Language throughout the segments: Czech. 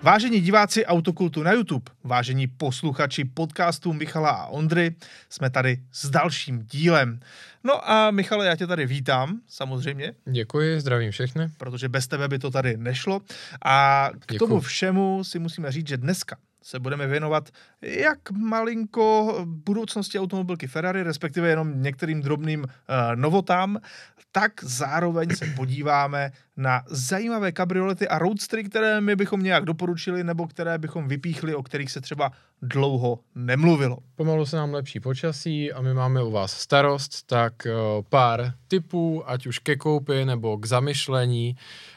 Vážení diváci Autokultu na YouTube, vážení posluchači podcastu Michala a Ondry, jsme tady s dalším dílem. No a Michale, já tě tady vítám, samozřejmě. Děkuji, zdravím všechny. Protože bez tebe by to tady nešlo. A k tomu všemu si musíme říct, že dneska se budeme věnovat jak malinko budoucnosti automobilky Ferrari, respektive jenom některým drobným novotám, tak zároveň se podíváme na zajímavé kabriolety a roadstery, které my bychom nějak doporučili, nebo které bychom vypíchli, o kterých se třeba dlouho nemluvilo. Pomalu se nám lepší počasí a my máme u vás starost, tak pár tipů, ať už ke koupi nebo k zamyšlení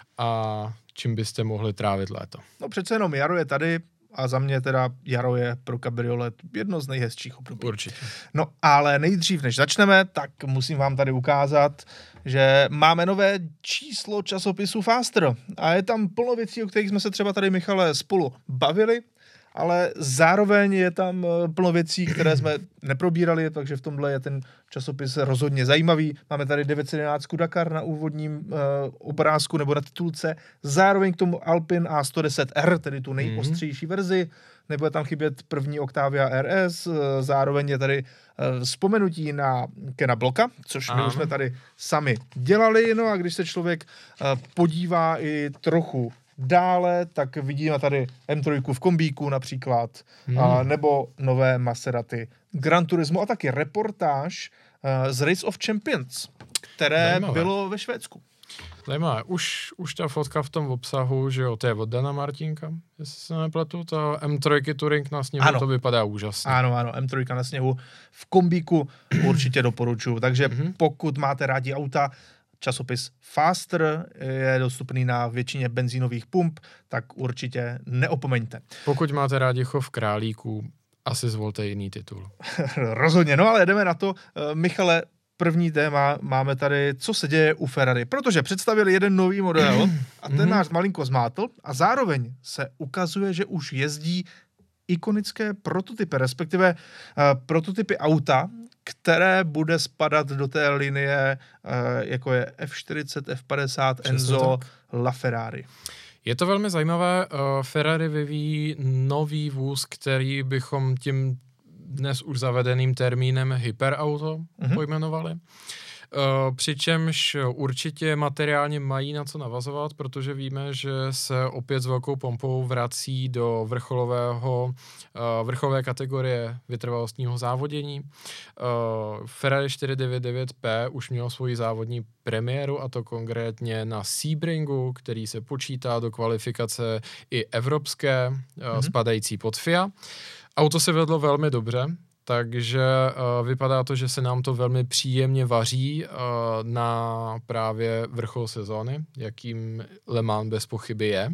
a čím byste mohli trávit léto. No přece jenom jaro je tady, a za mě teda jaro je pro kabriolet jedno z nejhezčích období. Určitě. No ale nejdřív, než začneme, tak musím vám tady ukázat, že máme nové číslo časopisu Faster. A je tam plno věcí, o kterých jsme se třeba tady, Michale, spolu bavili, ale zároveň je tam plno věcí, které jsme neprobírali, takže v tomhle je ten časopis rozhodně zajímavý. Máme tady 911 Dakar na úvodním obrázku nebo na titulce, zároveň k tomu Alpine A110R, tedy tu nejostřejší verzi, nebude tam chybět první Octavia RS, zároveň je tady vzpomenutí na Kena Blocka, což my už jsme tady sami dělali, no a když se člověk podívá i trochu dále, tak vidíme tady M3 v kombíku například, nebo nové Maserati Gran Turismo a taky reportáž z Race of Champions, které bylo ve Švédsku. Zajímavé. Už ta fotka v tom obsahu, že jo, to je od Dana Martinka, jestli se nepletu, ta M3 Touring na sněhu, ano. To vypadá úžasně. Ano, M3 na sněhu v kombíku určitě doporučuju, takže pokud máte rádi auta, časopis Faster je dostupný na většině benzínových pump, tak určitě neopomeňte. Pokud máte rádi chov králíků, asi zvolte jiný titul. Rozhodně, no ale jdeme na to. Michale, první téma máme tady, co se děje u Ferrari, protože představili jeden nový model a ten nás malinko zmátl a zároveň se ukazuje, že už jezdí ikonické prototypy, respektive prototypy auta, které bude spadat do té linie, jako je F40, F50, Enzo, LaFerrari. Je to velmi zajímavé. Ferrari vyvíjí nový vůz, který bychom tím dnes už zavedeným termínem hyperauto pojmenovali. Přičemž určitě materiálně mají na co navazovat, protože víme, že se opět s velkou pompou vrací do vrcholové kategorie vytrvalostního závodění. Ferrari 499P už měl svoji závodní premiéru, a to konkrétně na Sebringu, který se počítá do kvalifikace i evropské, spadající pod FIA. Auto se vedlo velmi dobře, takže vypadá to, že se nám to velmi příjemně vaří na právě vrchol sezóny, jakým Le Mans bez pochyby je.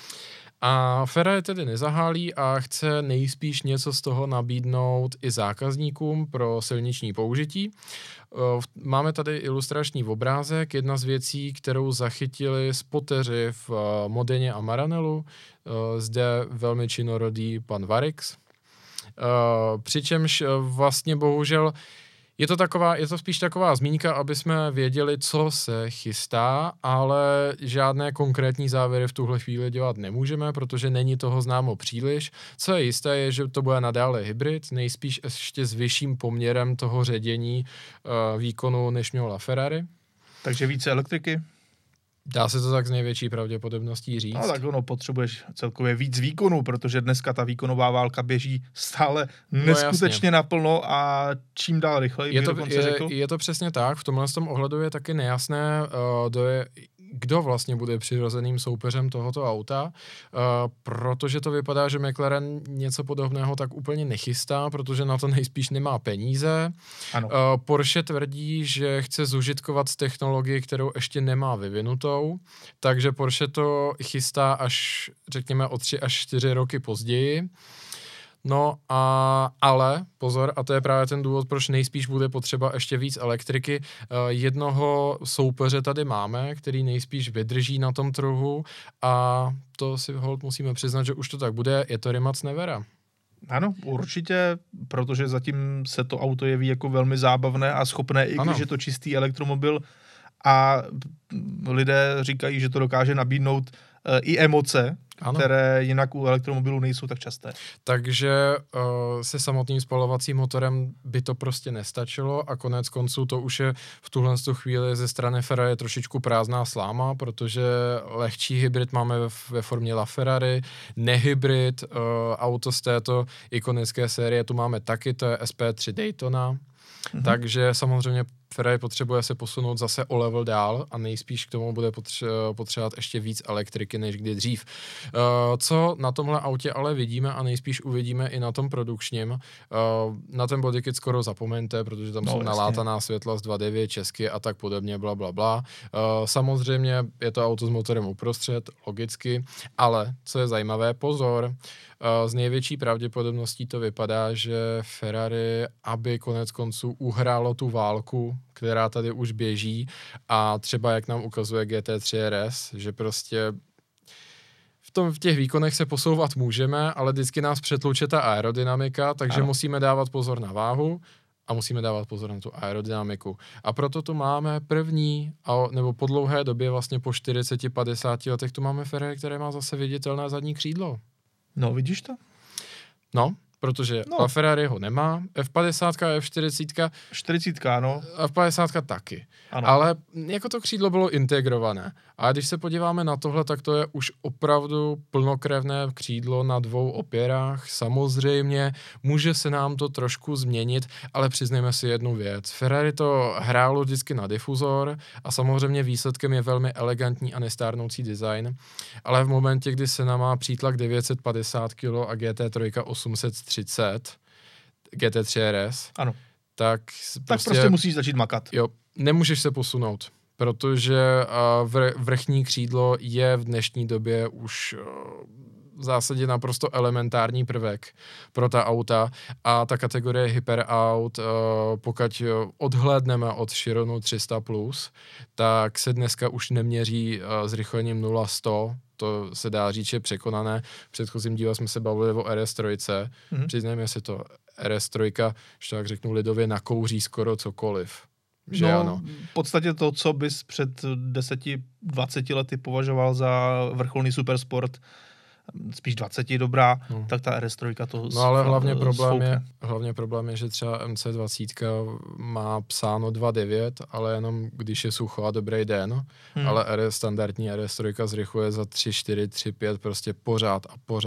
A Ferrari tedy nezahálí a chce nejspíš něco z toho nabídnout i zákazníkům pro silniční použití. Máme tady ilustrační obrázek, jedna z věcí, kterou zachytili spoteři v Modeně a Maranellu, zde velmi činorodý pan Varix. Přičemž vlastně bohužel je to spíš taková zmínka, aby jsme věděli, co se chystá, ale žádné konkrétní závěry v tuhle chvíli dělat nemůžeme, protože není toho známo příliš. Co je jisté, je, že to bude nadále hybrid, nejspíš ještě s vyšším poměrem toho ředění výkonu, než měla Ferrari. Takže více elektriky? Dá se to tak z největší pravděpodobností říct. No tak potřebuješ celkově víc výkonů, protože dneska ta výkonová válka běží stále neskutečně naplno a čím dál rychleji. Je to přesně tak, v tomhle ohledu je taky nejasné, kdo vlastně bude přirozeným soupeřem tohoto auta, protože to vypadá, že McLaren něco podobného tak úplně nechystá, protože na to nejspíš nemá peníze. Ano. Porsche tvrdí, že chce zužitkovat technologii, kterou ještě nemá vyvinutou, takže Porsche to chystá až, řekněme, o 3 až 4 roky později. No ale pozor, a to je právě ten důvod, proč nejspíš bude potřeba ještě víc elektriky. Jednoho soupeře tady máme, který nejspíš vydrží na tom trhu a to si holt musíme přiznat, že už to tak bude, je to Rimac Nevera. Ano, určitě, protože zatím se to auto jeví jako velmi zábavné a schopné, i když je to čistý elektromobil a lidé říkají, že to dokáže nabídnout i emoce, které jinak u elektromobilů nejsou tak časté. Takže se samotným spalovacím motorem by to prostě nestačilo a konec konců to už je v tuhle chvíli ze strany Ferrari trošičku prázdná sláma, protože lehčí hybrid máme ve formě LaFerrari, nehybrid, auto z této ikonické série tu máme taky, to je SP3 Daytona. Takže samozřejmě Ferrari potřebuje se posunout zase o level dál a nejspíš k tomu bude potřebovat ještě víc elektriky než kdy dřív. Co na tomhle autě ale vidíme a nejspíš uvidíme i na tom produkčním, na ten bodykit skoro zapomeňte, protože tam jsou nalátaná světla z 2.9 česky a tak podobně, blablabla. Samozřejmě je to auto s motorem uprostřed, logicky, ale co je zajímavé, pozor, z největší pravděpodobností to vypadá, že Ferrari, aby konec konců uhrálo tu válku, která tady už běží a třeba jak nám ukazuje GT3 RS, že prostě v těch výkonech se posouvat můžeme, ale vždycky nás přetluče ta aerodynamika, takže musíme dávat pozor na váhu a musíme dávat pozor na tu aerodynamiku. A proto tu máme první, nebo po dlouhé době, vlastně po 40-50 letech, tu máme Ferrari, které má zase viditelné zadní křídlo. No, vidíš to? No, protože Ferrari ho nemá, F50, F40. 40, ano. F50 taky. Ano. Ale jako to křídlo bylo integrované. A když se podíváme na tohle, tak to je už opravdu plnokrevné křídlo na 2 opěrách. Samozřejmě může se nám to trošku změnit, ale přiznejme si jednu věc. Ferrari to hrálo vždycky na difuzor a samozřejmě výsledkem je velmi elegantní a nestárnoucí design. Ale v momentě, kdy se nám má přítlak 950 kg a GT3 830, GT3 RS, ano. tak prostě musíš začít makat. Jo, nemůžeš se posunout, protože vrchní křídlo je v dnešní době už v zásadě naprosto elementární prvek pro ta auta a ta kategorie hyperaut, pokud odhlédneme od Chironu 300+, tak se dneska už neměří zrychlením 0-100, to se dá říct, že překonané. V předchozím díle jsme se bavili o RS3, přiznejme si to, RS3, že tak řeknu lidově, nakouří skoro cokoliv. Že ano. V podstatě to, co bys před 10-20 lety považoval za vrcholný supersport, spíš 20 dobrá, tak ta RS3 to no ale hlavně problém je, že třeba MC20 má psáno 2.9, ale jenom když je sucho a dobrý den, ale standardní RS3 zrychluje za 3.4, 3.5 prostě pořád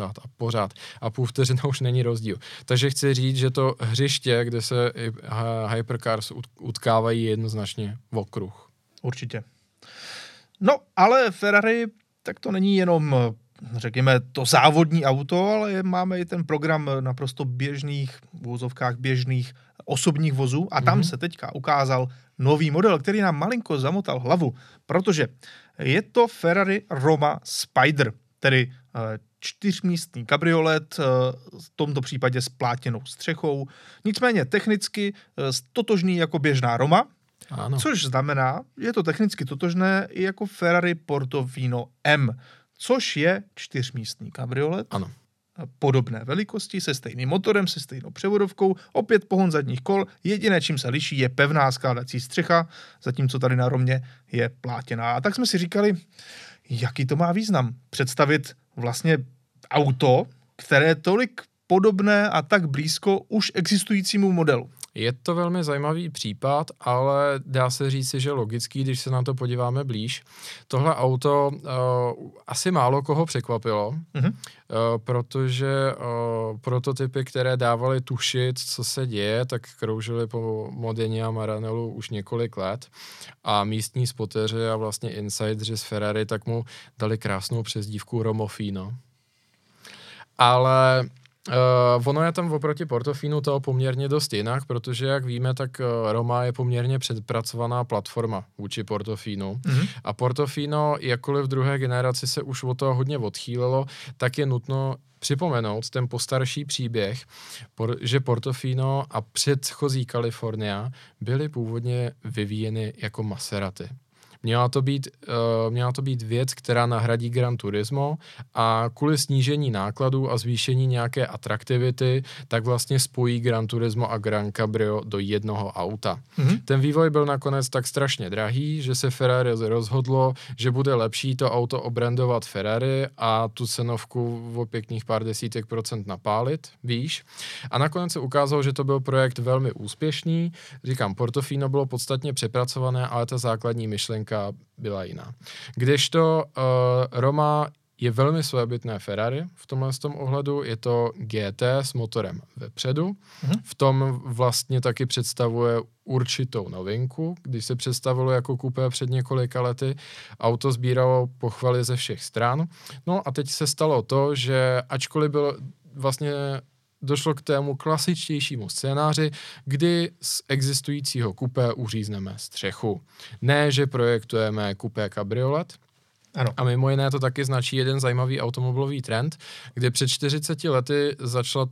a půl vteřina už není rozdíl. Takže chci říct, že to hřiště, kde se hypercars utkávají, jednoznačně v okruh. Určitě. No, ale Ferrari, tak to není jenom řekněme to závodní auto, ale máme i ten program naprosto běžných, v úvozovkách běžných osobních vozů a tam se teďka ukázal nový model, který nám malinko zamotal hlavu, protože je to Ferrari Roma Spider, tedy 4místný kabriolet, v tomto případě s plátěnou střechou, nicméně technicky totožný jako běžná Roma, ano. Což znamená, je to technicky totožné i jako Ferrari Portofino M, což je 4místný kabriolet. Ano. Podobné velikosti, se stejným motorem, se stejnou převodovkou, opět pohon zadních kol, jediné, čím se liší, je pevná skládací střecha, zatímco tady na Romě je plátěná. A tak jsme si říkali, jaký to má význam představit vlastně auto, které je tolik podobné a tak blízko už existujícímu modelu. Je to velmi zajímavý případ, ale dá se říci, že logický, když se na to podíváme blíž. Tohle auto asi málo koho překvapilo, protože prototypy, které dávaly tušit, co se děje, tak kroužily po Modeně a Maranellu už několik let a místní spoteři a vlastně insideri z Ferrari tak mu dali krásnou přezdívku Romofino. Ale ono je tam oproti Portofinu toho poměrně dost jinak, protože jak víme, tak Roma je poměrně předpracovaná platforma vůči Portofinu. A Portofino, jakkoliv v druhé generaci se už od toho hodně odchýlilo, tak je nutno připomenout ten postarší příběh, že Portofino a předchozí California byly původně vyvíjeny jako Maserati. Měla to být věc, která nahradí Gran Turismo a kvůli snížení nákladů a zvýšení nějaké atraktivity, tak vlastně spojí Gran Turismo a Gran Cabrio do jednoho auta. Ten vývoj byl nakonec tak strašně drahý, že se Ferrari rozhodlo, že bude lepší to auto obrandovat Ferrari a tu cenovku o pěkných pár desítek procent napálit, víš. A nakonec se ukázalo, že to byl projekt velmi úspěšný. Říkám, Portofino bylo podstatně přepracované, ale ta základní myšlenka byla jiná. Kdežto Roma je velmi svébytné Ferrari v tomhle ohledu, je to GT s motorem vepředu. V tom vlastně taky představuje určitou novinku, když se představilo jako kupé před několika lety. Auto sbíralo pochvaly ze všech stran. No a teď se stalo to, že ačkoliv bylo vlastně došlo k tému klasičtějšímu scénáři, kdy z existujícího kupé uřízneme střechu. Ne, že projektujeme kupé kabriolet. Ano. A mimo jiné to taky značí jeden zajímavý automobilový trend, kdy před 40 lety začala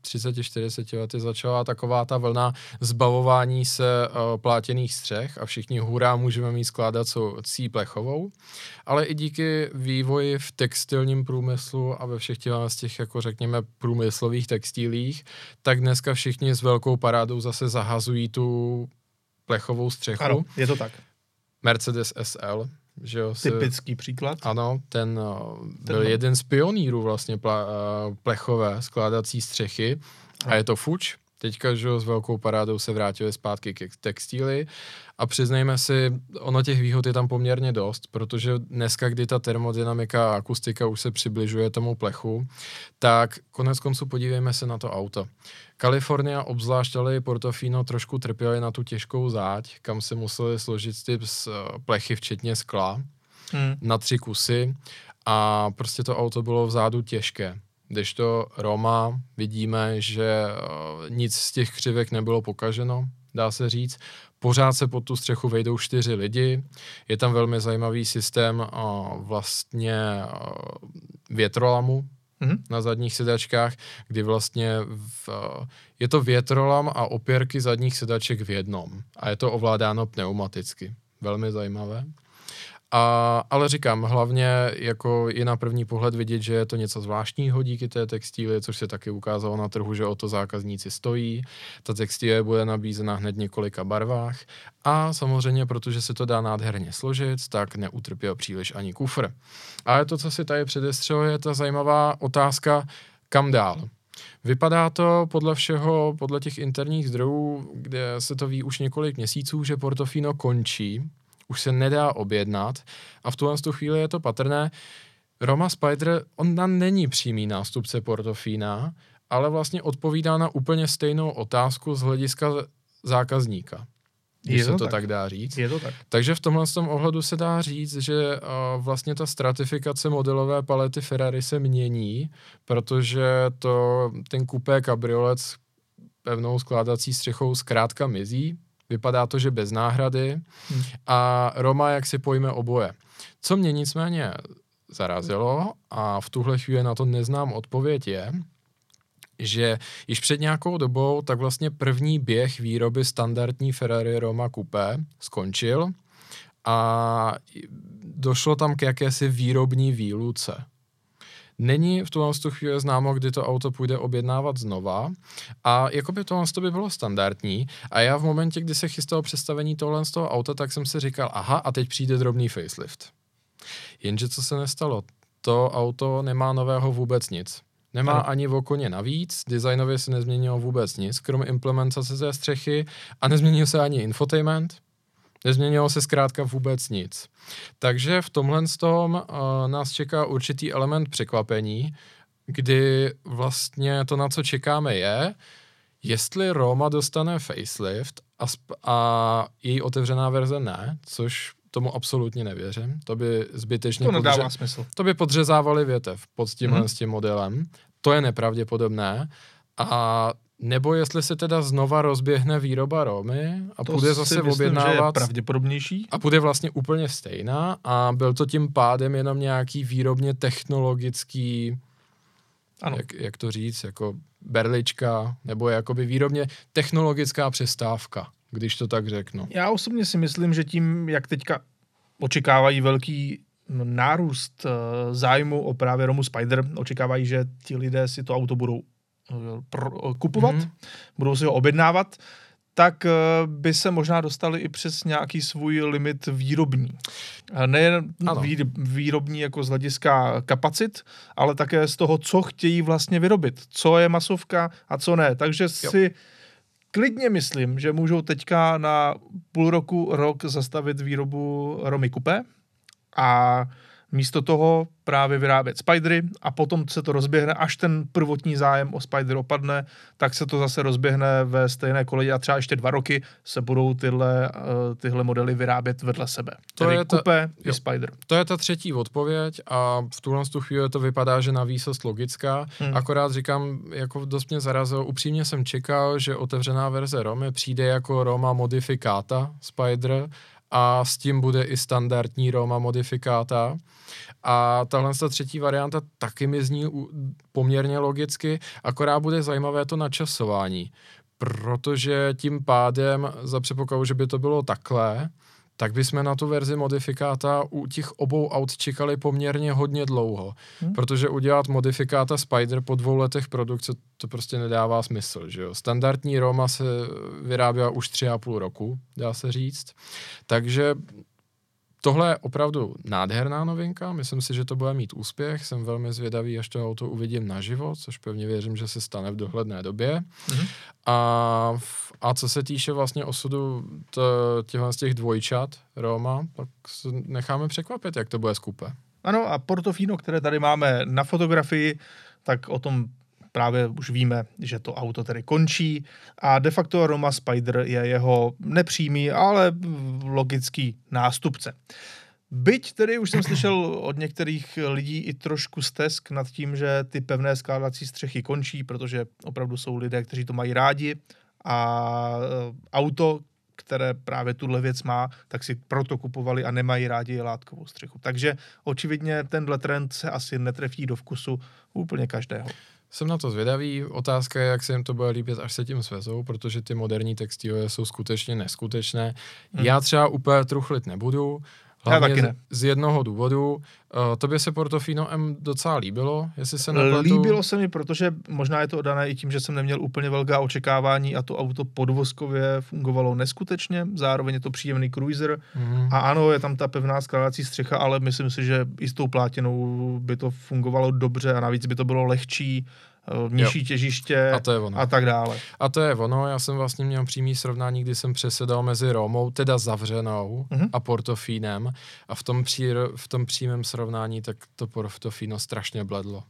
30-40 lety začala taková ta vlna zbavování se plátěných střech a všichni hurá můžeme mít skládací plechovou, ale i díky vývoji v textilním průmyslu a ve všech z těch, jako řekněme, průmyslových textilích, tak dneska všichni s velkou parádou zase zahazují tu plechovou střechu. Ano, je to tak. Mercedes SL, že jo, typický příklad. Ano, ten byl jeden z pionýrů vlastně plechové skládací střechy a je to fuč. Teďka, že s velkou parádou se vrátili zpátky k textíly a přiznejme si, ono těch výhod je tam poměrně dost, protože dneska, kdy ta termodynamika a akustika už se přibližuje tomu plechu, tak konec konců podívejme se na to auto. Kalifornia, obzvlášť ale i Portofino trošku trpěli na tu těžkou záď, kam se museli složit ty plechy, včetně skla, na 3 kusy a prostě to auto bylo vzadu těžké. Kdežto Roma vidíme, že nic z těch křivek nebylo pokaženo, dá se říct. Pořád se pod tu střechu vejdou 4 lidi. Je tam velmi zajímavý systém vlastně větrolamu na zadních sedačkách, kdy vlastně je to větrolam a opěrky zadních sedaček v jednom. A je to ovládáno pneumaticky. Velmi zajímavé. Ale říkám, hlavně jako je na první pohled vidět, že je to něco zvláštního díky té textíly, což se taky ukázalo na trhu, že o to zákazníci stojí. Ta textílie bude nabízena hned v několika barvách a samozřejmě, protože se to dá nádherně složit, tak neutrpěl příliš ani kufr. Ale to, co si tady předestřelo, je ta zajímavá otázka, kam dál. Vypadá to podle všeho, podle těch interních zdrojů, kde se to ví už několik měsíců, že Portofino končí, už se nedá objednat a v tuhle chvíli je to patrné. Roma Spider, ona není přímý nástupce Portofina, ale vlastně odpovídá na úplně stejnou otázku z hlediska zákazníka. Když se to tak dá říct. Je to tak. Takže v tomhle ohledu se dá říct, že vlastně ta stratifikace modelové palety Ferrari se mění, protože ten kupé kabriolet s pevnou skládací střechou zkrátka mizí. Vypadá to, že bez náhrady a Roma jak si pojme oboje. Co mě nicméně zarazilo a v tuhle chvíli na to neznám odpověď je, že již před nějakou dobou tak vlastně první běh výroby standardní Ferrari Roma Coupé skončil a došlo tam k jakési výrobní výluce. Není v tuhle chvíli známo, kdy to auto půjde objednávat znova a jakoby tohle by bylo standardní a já v momentě, kdy se chystalo představení tohle z toho auta, tak jsem si říkal, aha, a teď přijde drobný facelift. Jenže co se nestalo? To auto nemá nového vůbec nic. Nemá ani o koně navíc, designově se nezměnilo vůbec nic, krom implementace ze střechy a nezměnil se ani infotainment. Nezměnilo se zkrátka vůbec nic. Takže v tomhle nás čeká určitý element překvapení, kdy vlastně to, na co čekáme je, jestli Roma dostane facelift a její otevřená verze ne, což tomu absolutně nevěřím. To by zbytečně to nedává smysl. To by podřezávali větev pod tímhle s tím modelem. To je nepravděpodobné. A nebo jestli se teda znova rozběhne výroba Romy a to bude zase objednávat. Že je pravděpodobnější. A bude vlastně úplně stejná a byl to tím pádem jenom nějaký výrobně technologický, jak to říct, jako berlička, nebo jakoby výrobně technologická přestávka, když to tak řeknu. Já osobně si myslím, že tím, jak teďka očekávají velký nárůst zájmu o právě Romu Spider. Očekávají, že ti lidé si to auto budou kupovat, budou si ho objednávat, tak by se možná dostali i přes nějaký svůj limit výrobní. Nejen výrobní jako z hlediska kapacit, ale také z toho, co chtějí vlastně vyrobit. Co je masovka a co ne. Takže si klidně myslím, že můžou teďka na půl roku, rok zastavit výrobu Romy Coupé a místo toho právě vyrábět Spidery a potom se to rozběhne, až ten prvotní zájem o Spider opadne, tak se to zase rozběhne ve stejné koleji a třeba ještě 2 roky se budou tyhle modely vyrábět vedle sebe. Tedy Coupé i Spider. To je ta třetí odpověď a v tuhle chvíli to vypadá, že na výsost logická. Akorát říkám, jako dost mě zarazilo, upřímně jsem čekal, že otevřená verze Romy přijde jako Roma modifikáta Spider a s tím bude i standardní Roma modifikáta. A tahle třetí varianta taky mi zní poměrně logicky, akorát bude zajímavé to načasování, protože tím pádem za předpokladu, že by to bylo takhle, tak bychom na tu verzi modifikáta u těch obou aut čekali poměrně hodně dlouho, protože udělat modifikáta Spider po 2 letech produkce, to prostě nedává smysl, že jo. Standardní Roma se vyráběla už 3,5 roku, dá se říct, takže tohle je opravdu nádherná novinka, myslím si, že to bude mít úspěch, jsem velmi zvědavý, až to auto uvidím naživo, což pevně věřím, že se stane v dohledné době. A co se týče vlastně osudu z těch dvojčat Roma, tak se necháme překvapit, jak to bude s Coupé. Ano, a Portofino, které tady máme na fotografii, tak o tom právě už víme, že to auto tedy končí a de facto Roma Spider je jeho nepřímý, ale logický nástupce. Byť tedy už jsem slyšel od některých lidí i trošku stesk nad tím, že ty pevné skládací střechy končí, protože opravdu jsou lidé, kteří to mají rádi a auto, které právě tuhle věc má, tak si proto kupovali a nemají rádi látkovou střechu. Takže očividně tenhle trend se asi netrefí do vkusu úplně každého. Jsem na to zvědavý. Otázka je, jak se jim to bude líbit, až se tím svezou, protože ty moderní textilie jsou skutečně neskutečné. Já třeba úplně truchlit nebudu, hlavně z jednoho důvodu. Tobě se Portofino M docela líbilo, jestli se nepletu? Líbilo se mi, protože možná je to dané i tím, že jsem neměl úplně velká očekávání a to auto podvozkově fungovalo neskutečně, zároveň je to příjemný cruiser a ano, je tam ta pevná skládací střecha, ale myslím si, že i s tou plátinou by to fungovalo dobře a navíc by to bylo lehčí, nižší těžiště a tak dále. A to je ono, já jsem vlastně měl přímý srovnání, kdy jsem přesedal mezi Romou, teda zavřenou, a Portofinem a v tom přímém srovnání tak to Portofino strašně bledlo.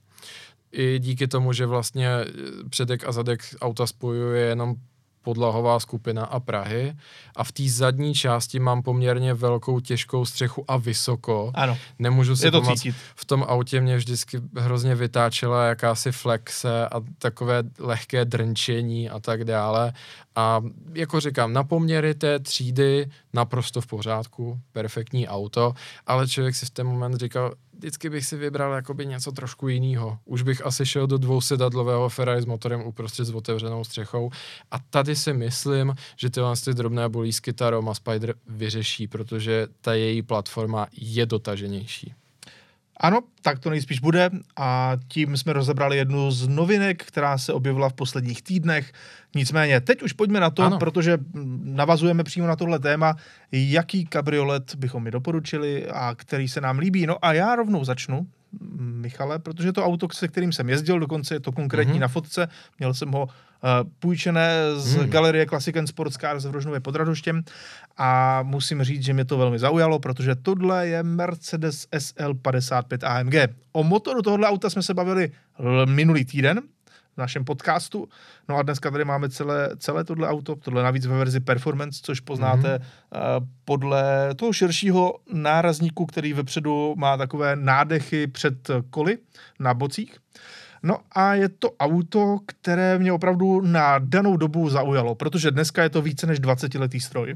I díky tomu, že vlastně předek a zadek auta spojuje jenom podlahová skupina a prahy a v té zadní části mám poměrně velkou těžkou střechu a vysoko. Ano, nemůžu si pomoct. V tom autě mě vždycky hrozně vytáčela jakási flexe a takové lehké drnčení a tak dále. A jako říkám, na poměry té třídy naprosto v pořádku, perfektní auto, ale člověk si v ten moment říkal, vždycky bych si vybral jakoby něco trošku jiného. Už bych asi šel do dvousedadlového Ferrari s motorem uprostřed s otevřenou střechou a tady si myslím, že tyhle drobné bolísky ta Roma Spider vyřeší, protože ta její platforma je dotaženější. Ano, tak to nejspíš bude a tím jsme rozebrali jednu z novinek, která se objevila v posledních týdnech. Nicméně, teď už pojďme na to, protože navazujeme přímo na tohle téma, jaký kabriolet bychom mi doporučili a který se nám líbí. No a já rovnou začnu, Michale, protože to auto, se kterým jsem jezdil, dokonce je to konkrétní na fotce, měl jsem ho půjčené z galerie Classic & Sports Cars v Rožnově pod Radhoštěm a musím říct, že mě to velmi zaujalo, protože tohle je Mercedes SL 55 AMG. O motoru tohohle auta jsme se bavili minulý týden v našem podcastu. No a dneska tady máme celé tohle auto, tohle navíc ve verzi Performance, což poznáte podle toho širšího nárazníku, který vepředu má takové nádechy před koly na bocích. No a je to auto, které mě opravdu na danou dobu zaujalo, protože dneska je to více než 20letý stroj.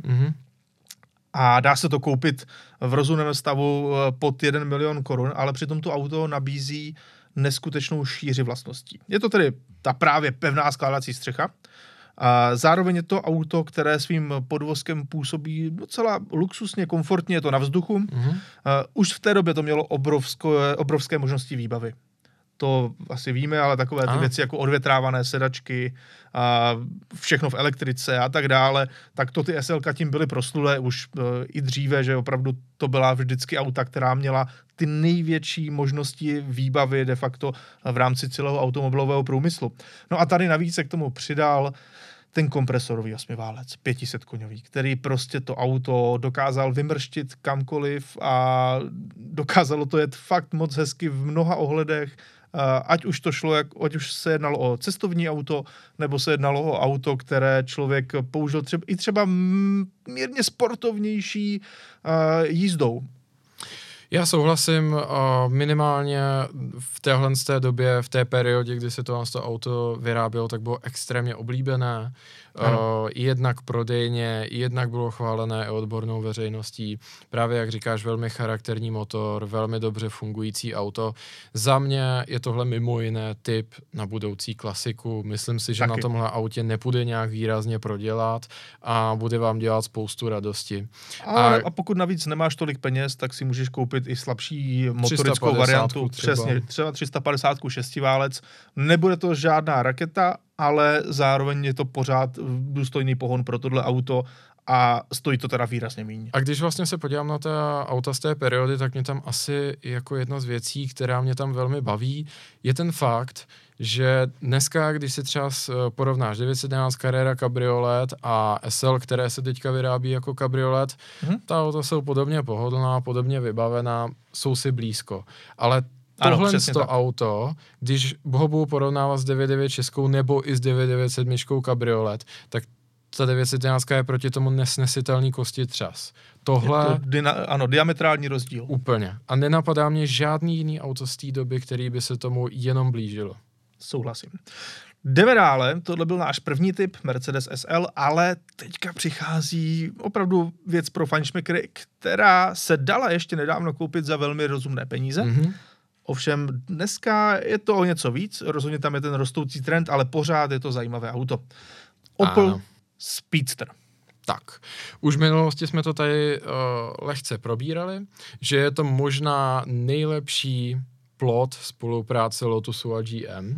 A dá se to koupit v rozumném stavu pod 1 milion korun, ale přitom to auto nabízí neskutečnou šíři vlastností. Je to tedy ta právě pevná skládací střecha, A zároveň je to auto, které svým podvozkem působí docela luxusně, komfortně, je to na vzduchu. Už v té době to mělo obrovské možnosti výbavy. To asi víme, ale takové ty věci jako odvětrávané sedačky, a všechno v elektrice a tak dále, tak to ty SLka tím byly proslulé už i dříve, že opravdu to byla vždycky auta, která měla ty největší možnosti výbavy de facto v rámci celého automobilového průmyslu. No a tady navíc se k tomu přidal ten kompresorový osmiválec, 500 koňový, který prostě to auto dokázal vymrštit kamkoliv a dokázalo to jet fakt moc hezky v mnoha ohledech, ať už to šlo, ať už se jednalo o cestovní auto, nebo se jednalo o auto, které člověk použil třeba mírně sportovnější jízdou. Já souhlasím, minimálně v téhle době, v té periodě, kdy se to auto vyrábělo, tak bylo extrémně oblíbené. Jednak prodejně, jednak bylo chválené i odbornou veřejností. Právě jak říkáš, velmi charakterní motor, velmi dobře fungující auto. Za mě je tohle mimo jiné typ na budoucí klasiku. Myslím si, že na tomhle autě nepůjde nějak výrazně prodělat a bude vám dělat spoustu radosti. A pokud navíc nemáš tolik peněz, tak si můžeš koupit i slabší motorickou variantu. Přesně, třeba 350 šestiválec. Nebude to žádná raketa, ale zároveň je to pořád důstojný pohon pro tohle auto a stojí to teda výrazně méně. A když vlastně se podívám na ta auta z té periody, tak mě tam asi jako jedna z věcí, která mě tam velmi baví, je ten fakt, že dneska, když si třeba porovnáš 911 Carrera kabriolet a SL, které se teďka vyrábí jako kabriolet, ta auta jsou podobně pohodlná, podobně vybavená, jsou si blízko. Ale tohle auto, když ho budu porovnávat s 996 nebo i s 997 kabriolet, tak ta 911 je proti tomu nesnesitelný kosti třas. Tohle... Je to diametrální rozdíl. Úplně. A nenapadá mě žádný jiný auto z té doby, který by se tomu jenom blížilo. Souhlasím. Jdeme dále, tohle byl náš první typ, Mercedes SL, ale teďka přichází opravdu věc pro fajnšmekry, která se dala ještě nedávno koupit za velmi rozumné peníze. Ovšem dneska je to o něco víc, rozhodně tam je ten rostoucí trend, ale pořád je to zajímavé auto. Opel Speedster. Tak, už v minulosti jsme to tady lehce probírali, že je to možná nejlepší plod spolupráce Lotusu a GM,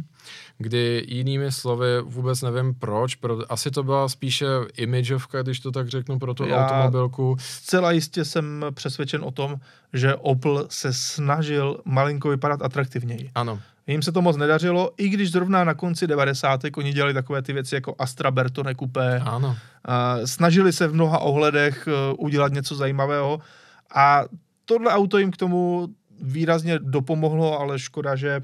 kdy jinými slovy vůbec nevím proč, asi to byla spíše imageovka, když to tak řeknu, pro tu automobilku. Zcela jistě jsem přesvědčen o tom, že Opel se snažil malinko vypadat atraktivněji. Ano. Jim se to moc nedařilo, i když zrovna na konci 90. oni dělali takové ty věci jako Astra Bertone Coupé. Ano. Snažili se v mnoha ohledech udělat něco zajímavého a tohle auto jim k tomu výrazně dopomohlo, ale škoda, že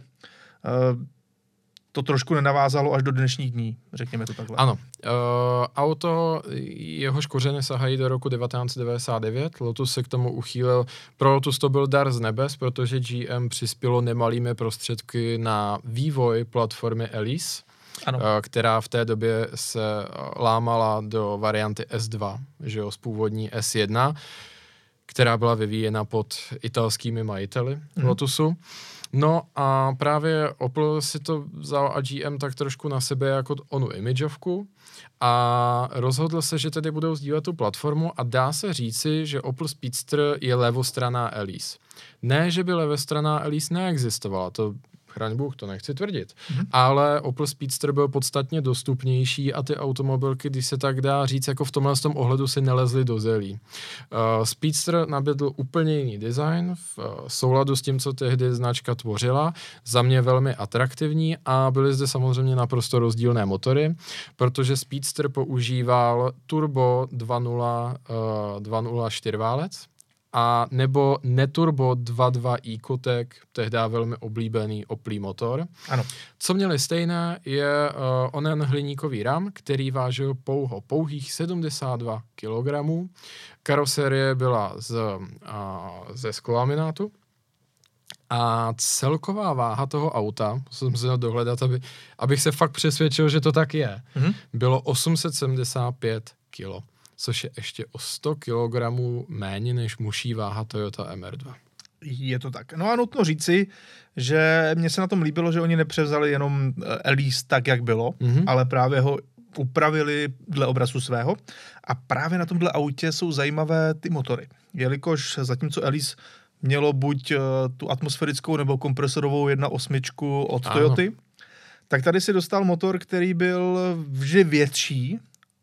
to trošku nenavázalo až do dnešních dní, řekněme to takhle. Ano. Auto, jehož kořeny sahají do roku 1999, Lotus se k tomu uchýlil. Pro Lotus to byl dar z nebes, protože GM přispělo nemalými prostředky na vývoj platformy Elise, která v té době se lámala do varianty S2, že jo, z původní S1, která byla vyvíjena pod italskými majiteli Lotusu. No a právě Opel si to vzal a GM tak trošku na sebe jako onu imageovku a rozhodl se, že tedy budou sdílet tu platformu a dá se říci, že Opel Speedster je levostranná Elise. Ne, že by levostranná Elise neexistovala, to chraň Bůh, to nechci tvrdit. Ale Opel Speedster byl podstatně dostupnější a ty automobilky, když se tak dá říct, jako v tomhle ohledu si nelezly do zelí. Speedster nabídl úplně jiný design v souladu s tím, co tehdy značka tvořila. Za mě velmi atraktivní a byly zde samozřejmě naprosto rozdílné motory, protože Speedster používal turbo 2.0 čtyřválec, a nebo neturbo 2.2 e-Cotec, tehdy velmi oblíbený Oplý motor. Ano. Co měli stejné, je onen hliníkový ram, který vážil pouhých 72 kg. Karoserie byla ze sklolaminátu a celková váha toho auta, musím se dohledat, abych se fakt přesvědčil, že to tak je, bylo 875 kg. Což je ještě o 100 kg méně, než musí váha Toyota MR2. Je to tak. No a nutno říci, že mně se na tom líbilo, že oni nepřevzali jenom Elise tak, jak bylo, ale právě ho upravili dle obrazu svého. A právě na tomhle autě jsou zajímavé ty motory. Jelikož zatímco Elise mělo buď tu atmosférickou nebo kompresorovou 1.8 od Toyoty, tak tady si dostal motor, který byl vždy větší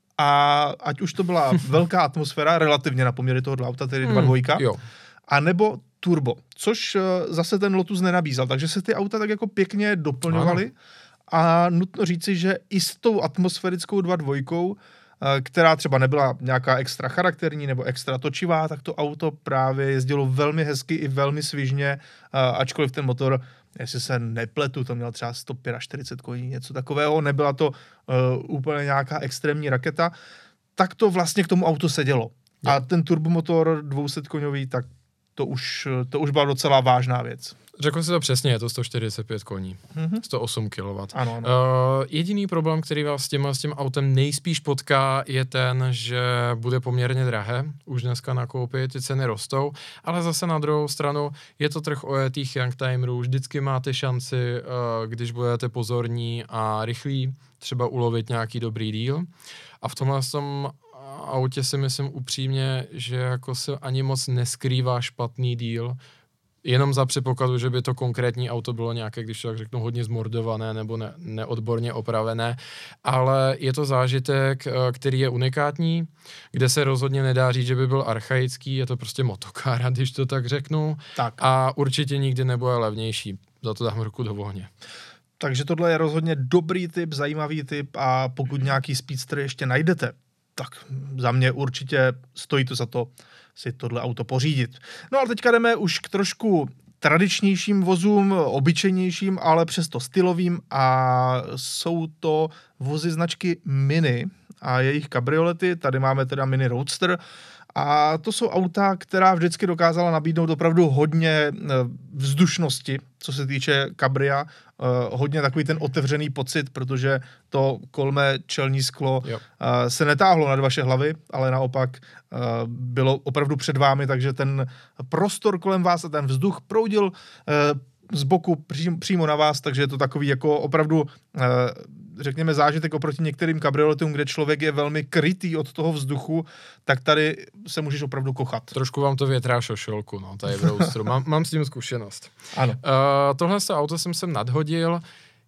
a ať už to byla velká atmosféra, relativně na poměry tohohle auta, tedy 2.2, a nebo turbo, což zase ten Lotus nenabízel, takže se ty auta tak jako pěkně doplňovaly a nutno říci, že i s tou atmosférickou 2.2, která třeba nebyla nějaká extra charakterní nebo extra točivá, tak to auto právě jezdilo velmi hezky i velmi svižně, ačkoliv ten motor, jestli se nepletu, to měl třeba 145 koní, něco takového, nebyla to úplně nějaká extrémní raketa, tak to vlastně k tomu autu sedělo. A ten turbomotor 200koňový, tak to už byla docela vážná věc. Řekl si to přesně, je to 145 koní, 108 kW. Ano. Jediný problém, který vás s tím autem nejspíš potká, je ten, že bude poměrně drahé už dneska nakoupit, ty ceny rostou, ale zase na druhou stranu je to trh ojetých youngtimerů, vždycky máte šanci, když budete pozorní a rychlí, třeba ulovit nějaký dobrý deal. A v tomhle autě si myslím upřímně, že jako se ani moc neskrývá špatný deal, jenom za předpokladu, že by to konkrétní auto bylo nějaké, když to tak řeknu, hodně zmordované nebo neodborně opravené, ale je to zážitek, který je unikátní, kde se rozhodně nedá říct, že by byl archaický, je to prostě motokára, když to tak řeknu, a určitě nikdy nebude levnější, za to dám ruku do ohně. Takže tohle je rozhodně dobrý tip, zajímavý tip a pokud nějaký Speedster ještě najdete, tak za mě určitě stojí to za to si tohle auto pořídit. No ale teďka jdeme už k trošku tradičnějším vozům, obyčejnějším, ale přesto stylovým a jsou to vozy značky Mini a jejich kabriolety. Tady máme teda Mini Roadster a to jsou auta, která vždycky dokázala nabídnout opravdu hodně vzdušnosti, co se týče kabria, hodně takový ten otevřený pocit, protože to kolmé čelní sklo se netáhlo nad vaše hlavy, ale naopak bylo opravdu před vámi, takže ten prostor kolem vás a ten vzduch proudil z boku přímo na vás, takže je to takový jako opravdu řekněme zážitek oproti některým kabrioletům, kde člověk je velmi krytý od toho vzduchu, tak tady se můžeš opravdu kochat. Trošku vám to větrá šošolku, no, tady v Roadsteru. Mám s tím zkušenost. Ano. Tohle auto jsem sem nadhodil.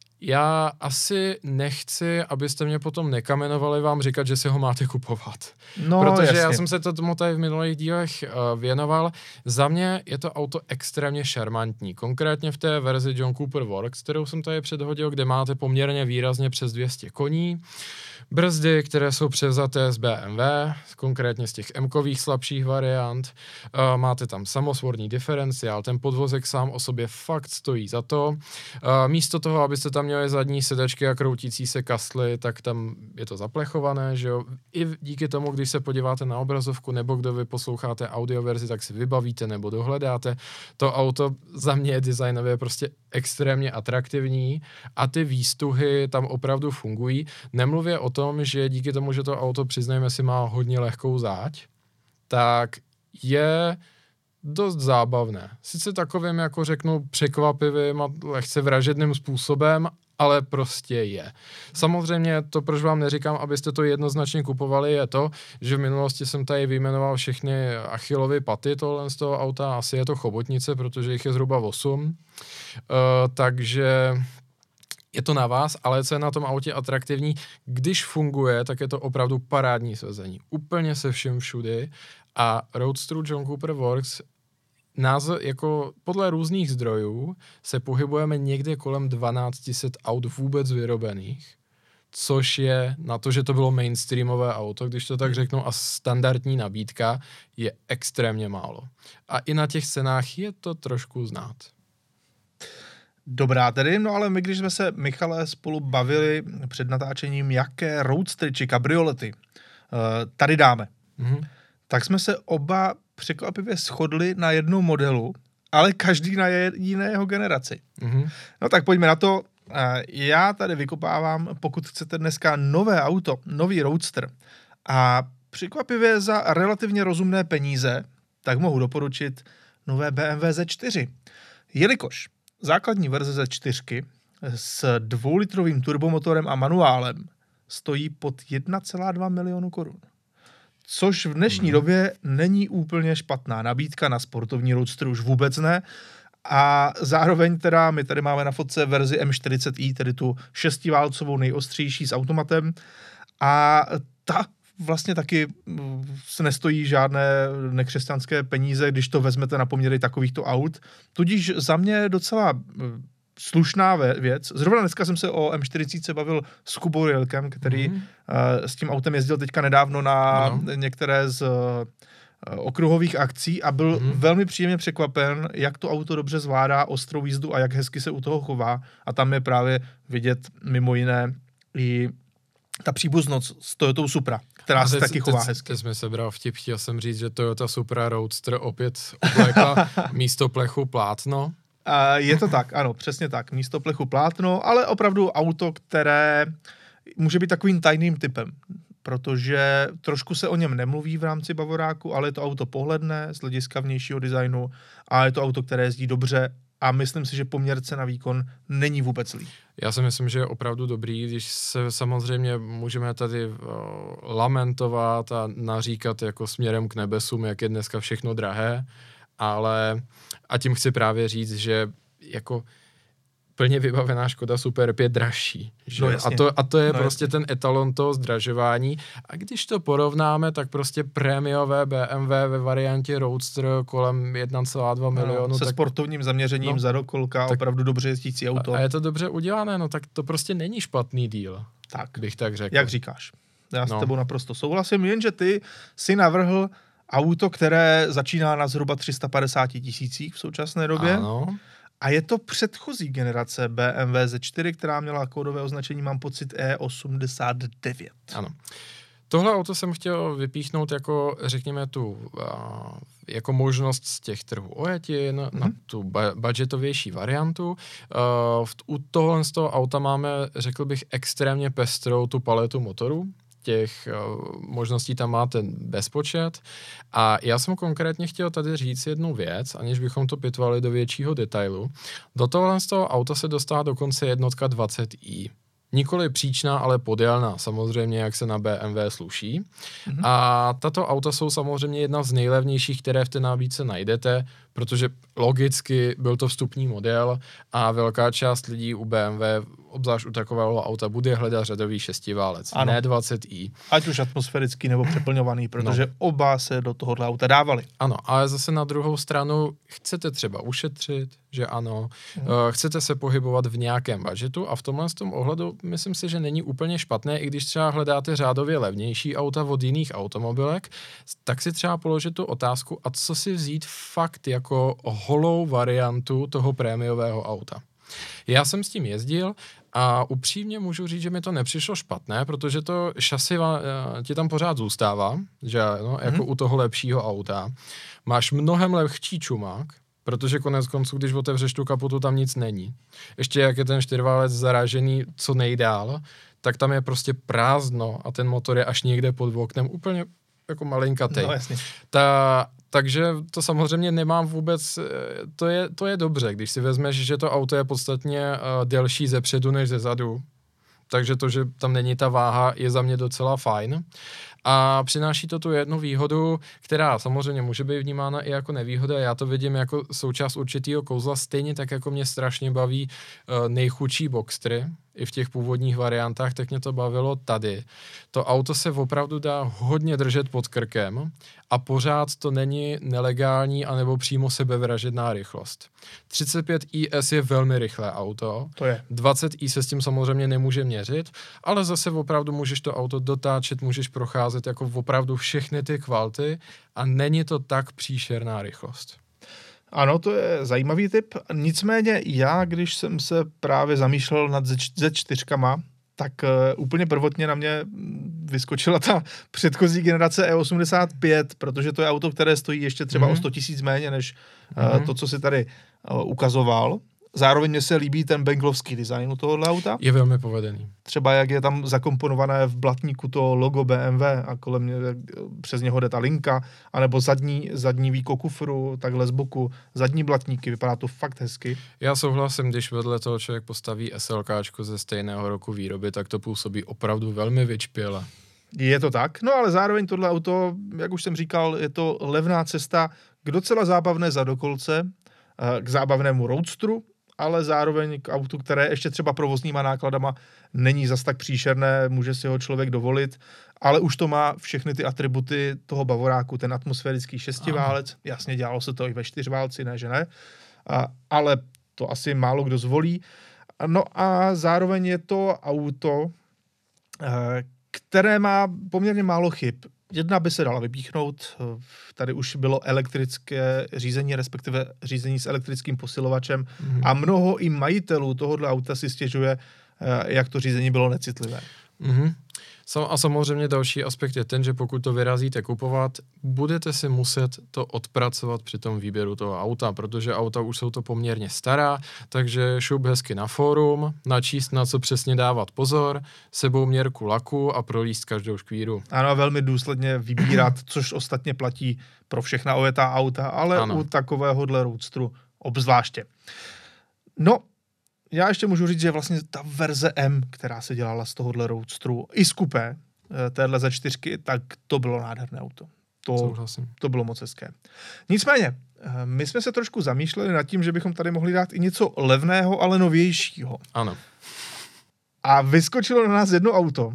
Já asi nechci, abyste mě potom nekamenovali vám říkat, že si ho máte kupovat. No, protože jasně. já jsem se tomu tady v minulých dílech věnoval. Za mě je to auto extrémně šarmantní. Konkrétně v té verzi John Cooper Works, kterou jsem tady předhodil, kde máte poměrně výrazně přes 200 koní. Brzdy, které jsou převzaté z BMW, konkrétně z těch M-kových slabších variant. Máte tam samosvorný diferenciál, ten podvozek sám o sobě fakt stojí za to. Místo toho, abyste tam měli zadní sedačky a kroutící se kastly, tak tam je to zaplechované, že jo. I díky tomu, když se podíváte na obrazovku, nebo kdo vy posloucháte audioverzi, tak si vybavíte nebo dohledáte. To auto za mě je designově prostě extrémně atraktivní a ty výstuhy tam opravdu fungují. Nemluvě o tom, že díky tomu, že to auto, přiznejme si, má hodně lehkou záď, tak je dost zábavné. Sice takovým, jako řeknu, překvapivým a lehce vražedným způsobem, ale prostě je. Samozřejmě to, proč vám neříkám, abyste to jednoznačně kupovali, je to, že v minulosti jsem tady vyjmenoval všechny Achillovy paty tohle z toho auta, asi je to chobotnice, protože jich je zhruba 8. Takže je to na vás, ale co je na tom autě atraktivní, když funguje, tak je to opravdu parádní svezení. Úplně se vším všudy a Roadsteru John Cooper Works jako podle různých zdrojů se pohybujeme někde kolem 1200 aut vůbec vyrobených, což je na to, že to bylo mainstreamové auto, když to tak řeknu, a standardní nabídka je extrémně málo. A i na těch cenách je to trošku znát. Dobrá tedy, no ale my, když jsme se, Michale, spolu bavili před natáčením, jaké roadstery či kabriolety tady dáme, tak jsme se oba překvapivě shodli na jednom modelu, ale každý na jiné jeho generaci. No tak pojďme na to. Já tady vykopávám, pokud chcete dneska nové auto, nový roadster a překvapivě za relativně rozumné peníze, tak mohu doporučit nové BMW Z4. Jelikož základní verze Z4 s 2litrovým turbomotorem a manuálem stojí pod 1,2 milionu korun. Což v dnešní době není úplně špatná nabídka, na sportovní roadster už vůbec ne. A zároveň teda my tady máme na fotce verzi M40i, tedy tu 6válcovou nejostřejší s automatem. A ta vlastně taky se nestojí žádné nekřesťanské peníze, když to vezmete na poměry takovýchto aut. Tudíž za mě docela slušná věc. Zrovna dneska jsem se o M40 bavil s Kubou Rilkem, který s tím autem jezdil teďka nedávno na některé z okruhových akcí a byl velmi příjemně překvapen, jak to auto dobře zvládá ostrou jízdu a jak hezky se u toho chová. A tam je právě vidět mimo jiné i ta příbuznost s Toyotou Supra, která se taky chová hezky. Teď jsme se bral vtip, chtěl jsem říct, že Toyota Supra Roadster opět oblékla místo plechu plátno. Je to tak, ano, přesně tak. Místo plechu plátno, ale opravdu auto, které může být takovým tajným typem, protože trošku se o něm nemluví v rámci Bavoráku, ale je to auto pohledné z hlediska vnějšího designu a je to auto, které jezdí dobře a myslím si, že poměr cena výkon není vůbec zlý. Já si myslím, že je opravdu dobrý, když se samozřejmě můžeme tady lamentovat a naříkat jako směrem k nebesům, jak je dneska všechno drahé, ale a tím chci právě říct, že jako plně vybavená Škoda Superb je dražší. Že? No a to je prostě ten etalon toho zdražování. A když to porovnáme, tak prostě prémiové BMW ve variantě Roadster kolem 1,2 milionu. Se tak, sportovním zaměřením za rokolka, opravdu dobře jezdící auto. A je to dobře udělané, no tak to prostě není špatný díl. Tak, bych tak řekl. Jak říkáš. Já s tebou naprosto souhlasím, jenže ty si navrhl auto, které začíná na zhruba 350 000 v současné době. Ano. A je to předchozí generace BMW Z4, která měla kódové označení, mám pocit, E89. Ano. Tohle auto jsem chtěl vypíchnout jako, řekněme, tu jako možnost z těch trhů ojetin na tu budgetovější variantu. U tohle z toho auta máme, řekl bych, extrémně pestrou tu paletu motorů. Těch možností tam máte bezpočet. A já jsem konkrétně chtěl tady říct jednu věc, aniž bychom to pitvali do většího detailu. Do tohle z toho auta se dostala dokonce jednotka 20i. Nikoli příčná, ale podélná, samozřejmě, jak se na BMW sluší. A tato auta jsou samozřejmě jedna z nejlevnějších, které v té nabídce najdete, protože logicky byl to vstupní model a velká část lidí u BMW, obzvlášť u takového auta, bude hledat řadový šestiválec, ne 20i. Ať už atmosférický nebo přeplňovaný, protože oba se do tohohle auta dávali. Ano, ale zase na druhou stranu chcete třeba ušetřit, že ano, chcete se pohybovat v nějakém budgetu a v tomhle tom ohledu myslím si, že není úplně špatné, i když třeba hledáte řádově levnější auta od jiných automobilek, tak si třeba položit tu otázku, a co si vzít fakt jako holou variantu toho prémiového auta. Já jsem s tím jezdil a upřímně můžu říct, že mi to nepřišlo špatné, protože to šasi ti tam pořád zůstává, že no, jako u toho lepšího auta. Máš mnohem lehčí čumák, protože konec konců, když otevřeš tu kaputu, tam nic není. Ještě jak je ten čtyřválec zaražený co nejdál, tak tam je prostě prázdno a ten motor je až někde pod oknem úplně jako malinkatej. No jasně. Takže to samozřejmě nemám vůbec, to je dobře, když si vezmeš, že to auto je podstatně delší ze předu než ze zadu, takže to, že tam není ta váha, je za mě docela fajn. A přináší to tu jednu výhodu, která samozřejmě může být vnímána i jako nevýhoda. Já to vidím jako součást určitého kouzla, stejně tak, jako mě strašně baví nejchudší Boxstery, i v těch původních variantách, tak mě to bavilo tady. To auto se opravdu dá hodně držet pod krkem a pořád to není nelegální anebo přímo sebevražedná rychlost. 35IS je velmi rychlé auto. To je. 20i se s tím samozřejmě nemůže měřit, ale zase opravdu můžeš to auto dotáčet, můžeš procházet jako opravdu všechny ty kvality a není to tak příšerná rychlost. Ano, to je zajímavý tip. Nicméně já, když jsem se právě zamýšlel nad Z4, tak úplně prvotně na mě vyskočila ta předchozí generace E85, protože to je auto, které stojí ještě třeba o 100 000 méně než to, co si tady ukazoval. Zároveň mně se líbí ten benglovský design u tohohle auta. Je velmi povedený. Třeba jak je tam zakomponované v blatníku to logo BMW a kolem mě přes něho jde ta linka, anebo zadní víko kufru, takhle z boku, zadní blatníky, vypadá to fakt hezky. Já souhlasím, když vedle toho člověk postaví SLKčko ze stejného roku výroby, tak to působí opravdu velmi vyčpěle. Je to tak, no ale zároveň tohle auto, jak už jsem říkal, je to levná cesta k docela zábavné zadokolce, k zábavnému roadstru, ale zároveň k autu, které ještě třeba provozníma nákladama není zas tak příšerné, může si ho člověk dovolit, ale už to má všechny ty atributy toho bavoráku, ten atmosférický šestiválec, jasně dělalo se to i ve čtyřválci, ne, že ne, ale to asi málo kdo zvolí. No a zároveň je to auto, které má poměrně málo chyb. Jedna by se dala vypíchnout, tady už bylo elektrické řízení, respektive řízení s elektrickým posilovačem a mnoho i majitelů tohohle auta si stěžuje, jak to řízení bylo necitlivé. A samozřejmě další aspekt je ten, že pokud to vyrazíte kupovat, budete si muset to odpracovat při tom výběru toho auta, protože auta už jsou to poměrně stará, takže šup hezky na fórum, načíst, na co přesně dávat pozor, sebou měrku laku a prolíst každou škvíru. Ano, velmi důsledně vybírat, což ostatně platí pro všechna ojetá auta, ale ano, u takovéhohle roadstru obzvláště. No, já ještě můžu říct, že vlastně ta verze M, která se dělala z tohohle roadstru, i z kupé, téhle za 4, tak to bylo nádherné auto. To bylo moc hezké. Nicméně, my jsme se trošku zamýšleli nad tím, že bychom tady mohli dát i něco levného, ale novějšího. Ano. A vyskočilo na nás jedno auto,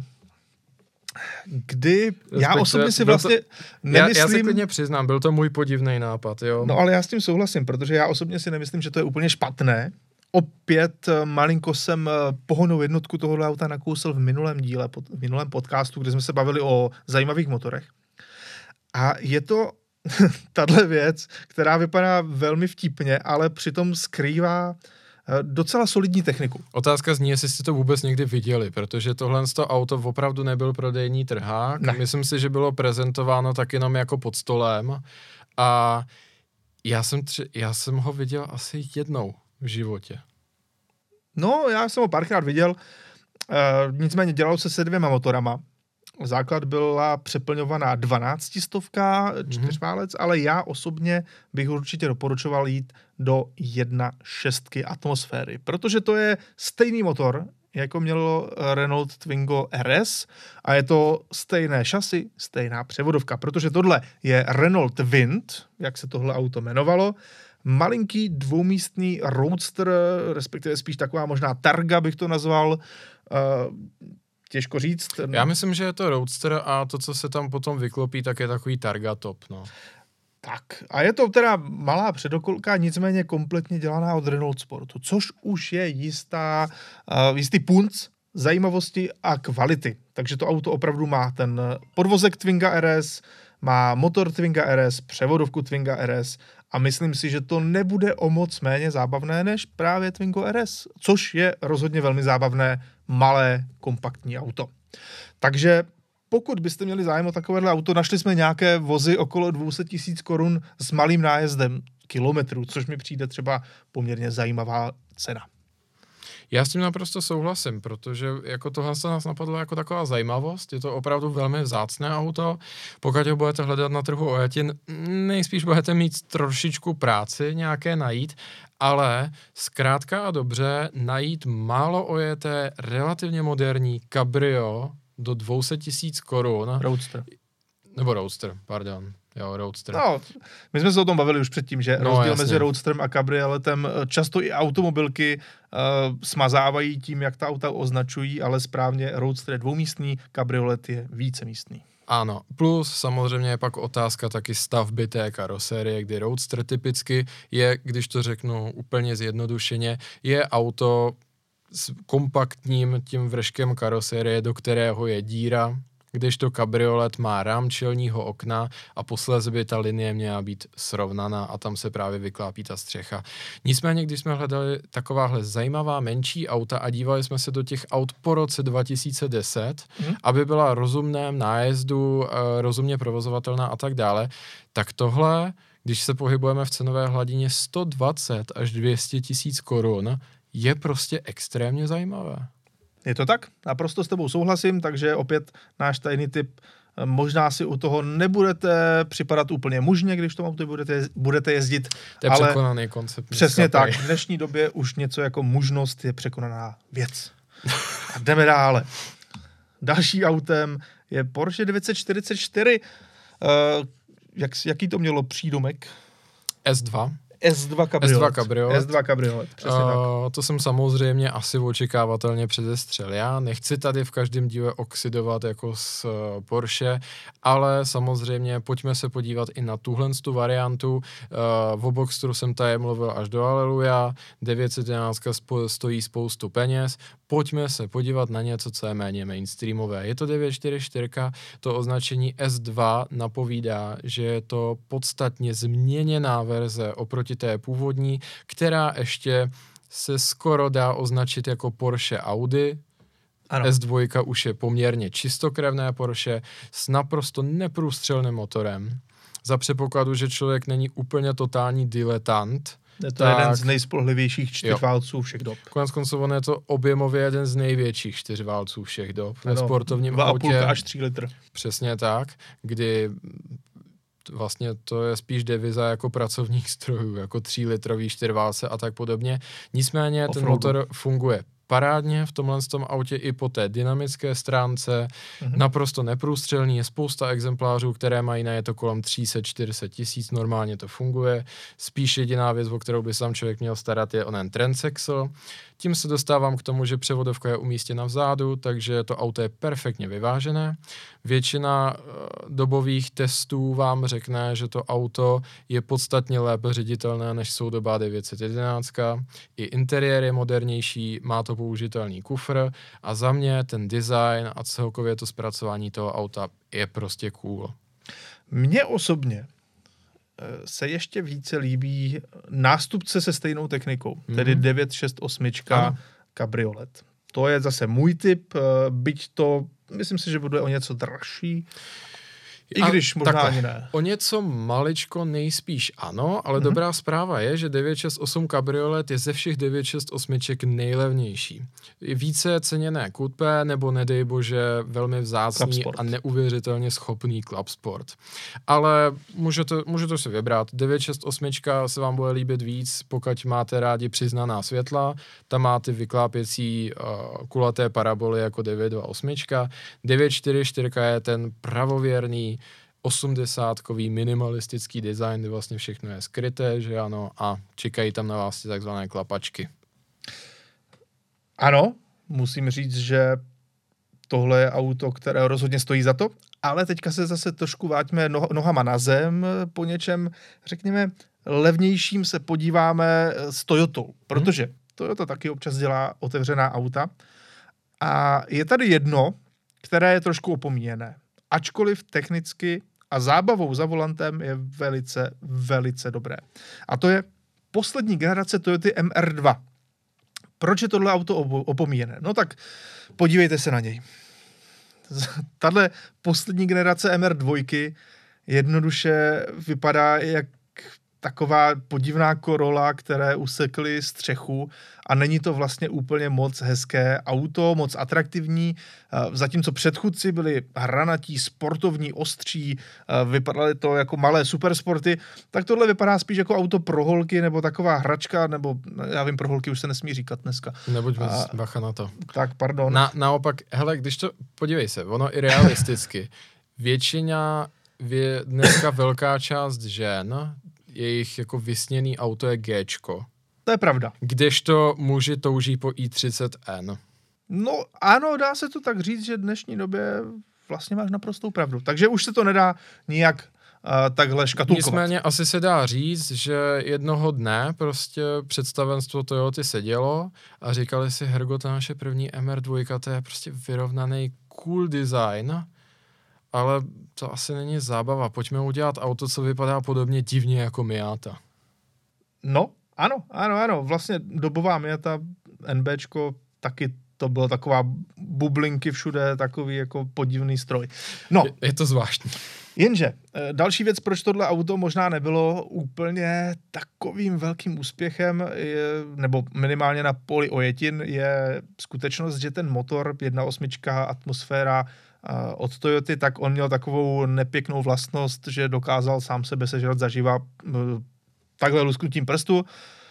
kdy já osobně si vlastně nemyslím... Já se klidně přiznám, byl to můj podivný nápad, jo. No ale já s tím souhlasím, protože já osobně si nemyslím, že to je úplně špatné. Opět malinko jsem pohonnou jednotku tohohle auta nakousil v minulém díle, v minulém podcastu, kde jsme se bavili o zajímavých motorech. A je to tahle věc, která vypadá velmi vtipně, ale přitom skrývá docela solidní techniku. Otázka zní, jestli jste to vůbec někdy viděli, protože tohle auto opravdu nebyl prodejní trhák. Ne. Myslím si, že bylo prezentováno tak jenom jako pod stolem a já jsem ho viděl asi jednou v životě. No, já jsem ho párkrát viděl, nicméně dělalo se 2 motorama. Základ byla přeplňovaná 1200 čtyřválec, ale já osobně bych určitě doporučoval jít do 1.6 atmosféry, protože to je stejný motor, jako mělo Renault Twingo RS a je to stejné šasy, stejná převodovka, protože tohle je Renault Wind, jak se tohle auto jmenovalo, malinký dvoumístný roadster, respektive spíš taková možná targa bych to nazval, těžko říct. Já myslím, že je to roadster a to, co se tam potom vyklopí, tak je takový targa top, no. Tak, a je to teda malá předokolka, nicméně kompletně dělaná od Renault Sportu, což už je jistý punc zajímavosti a kvality. Takže to auto opravdu má ten podvozek Twinga RS, má motor Twinga RS, převodovku Twinga RS a myslím si, že to nebude o moc méně zábavné než právě Twingo RS, což je rozhodně velmi zábavné, malé, kompaktní auto. Takže pokud byste měli zájem o takovéhle auto, našli jsme nějaké vozy okolo 200 000 korun s malým nájezdem kilometrů, což mi přijde třeba poměrně zajímavá cena. Já s tím naprosto souhlasím, protože jako tohle se nás napadlo jako taková zajímavost, je to opravdu velmi vzácné auto, pokud ho budete hledat na trhu ojetin, nejspíš budete mít trošičku práci nějaké najít, ale zkrátka a dobře najít málo ojeté, relativně moderní cabrio do 200 000 korun. Roadster. Nebo Roadster, pardon. Jo, Roadster. No, my jsme se o tom bavili už předtím, že rozdíl mezi Roadsterem a kabrioletem často i automobilky smazávají tím, jak ta auta označují, ale správně Roadster je dvoumístný, kabriolet je vícemístný. Ano, plus samozřejmě je pak otázka taky stavby té karosérie, kdy Roadster typicky je, když to řeknu úplně zjednodušeně, je auto s kompaktním tím vrškem karosérie, do kterého je díra, kdežto kabriolet má rám čelního okna a posléze by ta linie měla být srovnaná a tam se právě vyklápí ta střecha. Nicméně, když jsme hledali takováhle zajímavá menší auta a dívali jsme se do těch aut po roce 2010, aby byla rozumném nájezdu, rozumně provozovatelná a tak dále, tak tohle, když se pohybujeme v cenové hladině 120 až 200 tisíc korun, je prostě extrémně zajímavé. Je to tak? Naprosto s tebou souhlasím, takže opět náš tajný tip. Možná si u toho nebudete připadat úplně mužně, když v tom autu budete jezdit. To je ale překonaný koncept. Přesně tak. V dnešní době už něco jako mužnost je překonaná věc. A jdeme dále. Další autem je Porsche 944. Jaký to mělo přídomek? S2. S2 Cabriolet. S2 Cabriolet, přesně tak. To jsem samozřejmě asi očekávatelně předestřel. Já nechci tady v každém díle oxidovat jako s Porsche, ale samozřejmě pojďme se podívat i na tuhle variantu. V Boxsteru jsem tady mluvil až do Aleluja, 911 stojí spoustu peněz. Pojďme se podívat na něco, co je méně mainstreamové. Je to 944, to označení S2 napovídá, že je to podstatně změněná verze oproti té původní, která ještě se skoro dá označit jako Porsche Audi. Ano. S2 už je poměrně čistokrevné Porsche s naprosto neprůstřelným motorem. Za předpokladu, že člověk není úplně totální diletant. Je to jeden z nejspolehlivějších čtyřválců všech dob. Konec konců je to objemově jeden z největších čtyřválců všech dob. Ve sportovním autě 2,5 až 3 litr. Přesně tak, kdy vlastně to je spíš deviza jako pracovních strojů, jako 3-litrový čtyřválce a tak podobně. Nicméně ten motor funguje parádně v tomhle autě i po té dynamické stránce, naprosto neprůstřelný, je spousta exemplářů, které mají na je to kolem 300-400 tisíc, normálně to funguje. Spíš jediná věc, o kterou by sám člověk měl starat, je onen transaxle. Tím se dostávám k tomu, že převodovka je umístěna vzadu, takže to auto je perfektně vyvážené. Většina dobových testů vám řekne, že to auto je podstatně lépe ředitelné, než soudobá 911. I interiér je modernější, má to použitelný kufr a za mě ten design a celkově to zpracování toho auta je prostě cool. Mně osobně se ještě více líbí nástupce se stejnou technikou, tedy 968 Cabriolet. To je zase můj tip, byť to, myslím si, že bude o něco dražší, i když možná ani ne. O něco maličko nejspíš ano, ale dobrá zpráva je, že 968 Cabriolet je ze všech 968 nejlevnější. Je více ceněné coupé, nebo nedej bože velmi vzácný a neuvěřitelně schopný Club Sport. Ale můžete si vybrat. 968 se vám bude líbit víc, pokud máte rádi přiznaná světla. Tam máte vyklápěcí kulaté paraboly jako 928. 944 je ten pravověrný 80kový minimalistický design, kde vlastně všechno je skryté, že ano, a čekají tam na vás ty takzvané klapačky. Ano, musím říct, že tohle je auto, které rozhodně stojí za to, ale teďka se zase trošku váťme nohama na zem po něčem, řekněme, levnějším se podíváme s Toyotou, protože Toyota taky občas dělá otevřená auta a je tady jedno, které je trošku opomíjené. Ačkoliv technicky a zábavou za volantem je velice, velice dobré. A to je poslední generace Toyoty MR2. Proč je tohle auto opomíjené? No tak podívejte se na něj. Tahle poslední generace MR2 jednoduše vypadá jak taková podivná Corolla, které usekly střechu a není to vlastně úplně moc hezké auto, moc atraktivní, zatímco předchůdci byli hranatí, sportovní, ostří, vypadaly to jako malé supersporty, tak tohle vypadá spíš jako auto pro holky, nebo taková hračka, nebo já vím, pro holky už se nesmí říkat dneska. Nebuď bacha na to. Tak, pardon. Naopak, hele, když to, podívej se, ono i realisticky, dneska velká část žen, jejich jako vysněný auto je Gčko. To je pravda. Kdežto muži touží po i30N. No ano, dá se to tak říct, že v dnešní době vlastně máš naprostou pravdu. Takže už se to nedá nijak takhle škatulkovat. Nicméně asi se dá říct, že jednoho dne prostě představenstvo Toyoty sedělo a říkali si, Hergo, ta naše první MR2, to je prostě vyrovnaný cool design, ale to asi není zábava. Pojďme udělat auto, co vypadá podobně divně jako Miata. No, ano. Vlastně dobová Miata, NBčko, taky to bylo taková bublinky všude, takový jako podivný stroj. No. Je to zvláštní. Jenže další věc, proč tohle auto možná nebylo úplně takovým velkým úspěchem, nebo minimálně na poli ojetin, je skutečnost, že ten motor 1.8 atmosféra od Toyoty, tak on měl takovou nepěknou vlastnost, že dokázal sám sebe sežrat zaživa takhle lusknutím prstu,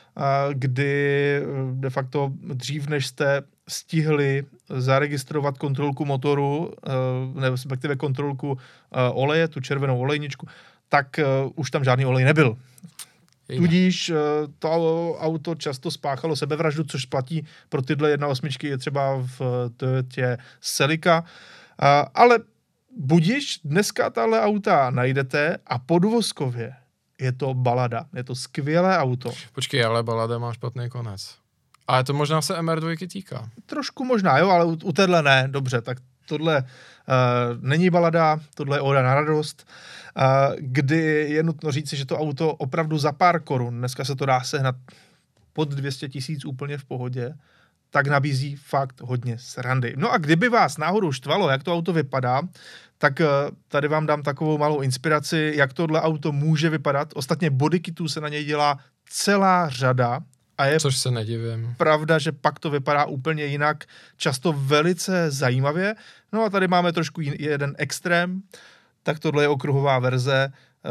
kdy de facto dřív, než jste stihli zaregistrovat kontrolku motoru, nebo respektive kontrolku oleje, tu červenou olejničku, tak už tam žádný olej nebyl. Tudíž to auto často spáchalo sebevraždu, což platí pro tyhle 1.8 je třeba v Toyotě Celica. Ale budiž, dneska tahle auta najdete a podvozkově je to balada. Je to skvělé auto. Počkej, ale balada má špatný konec. Ale to možná se MR2 týká. Trošku možná, jo, ale u téhle ne. Dobře, tak tohle není balada, tohle je oda na radost, kdy je nutno říci, že to auto opravdu za pár korun, dneska se to dá sehnat pod 200 000 úplně v pohodě, tak nabízí fakt hodně srandy. No a kdyby vás náhodou štvalo, jak to auto vypadá, tak tady vám dám takovou malou inspiraci, jak tohle auto může vypadat. Ostatně bodykitů se na něj dělá celá řada. A je což se nedivím. Pravda, že pak to vypadá úplně jinak, často velice zajímavě. No a tady máme trošku jeden extrém, tak tohle je okruhová verze,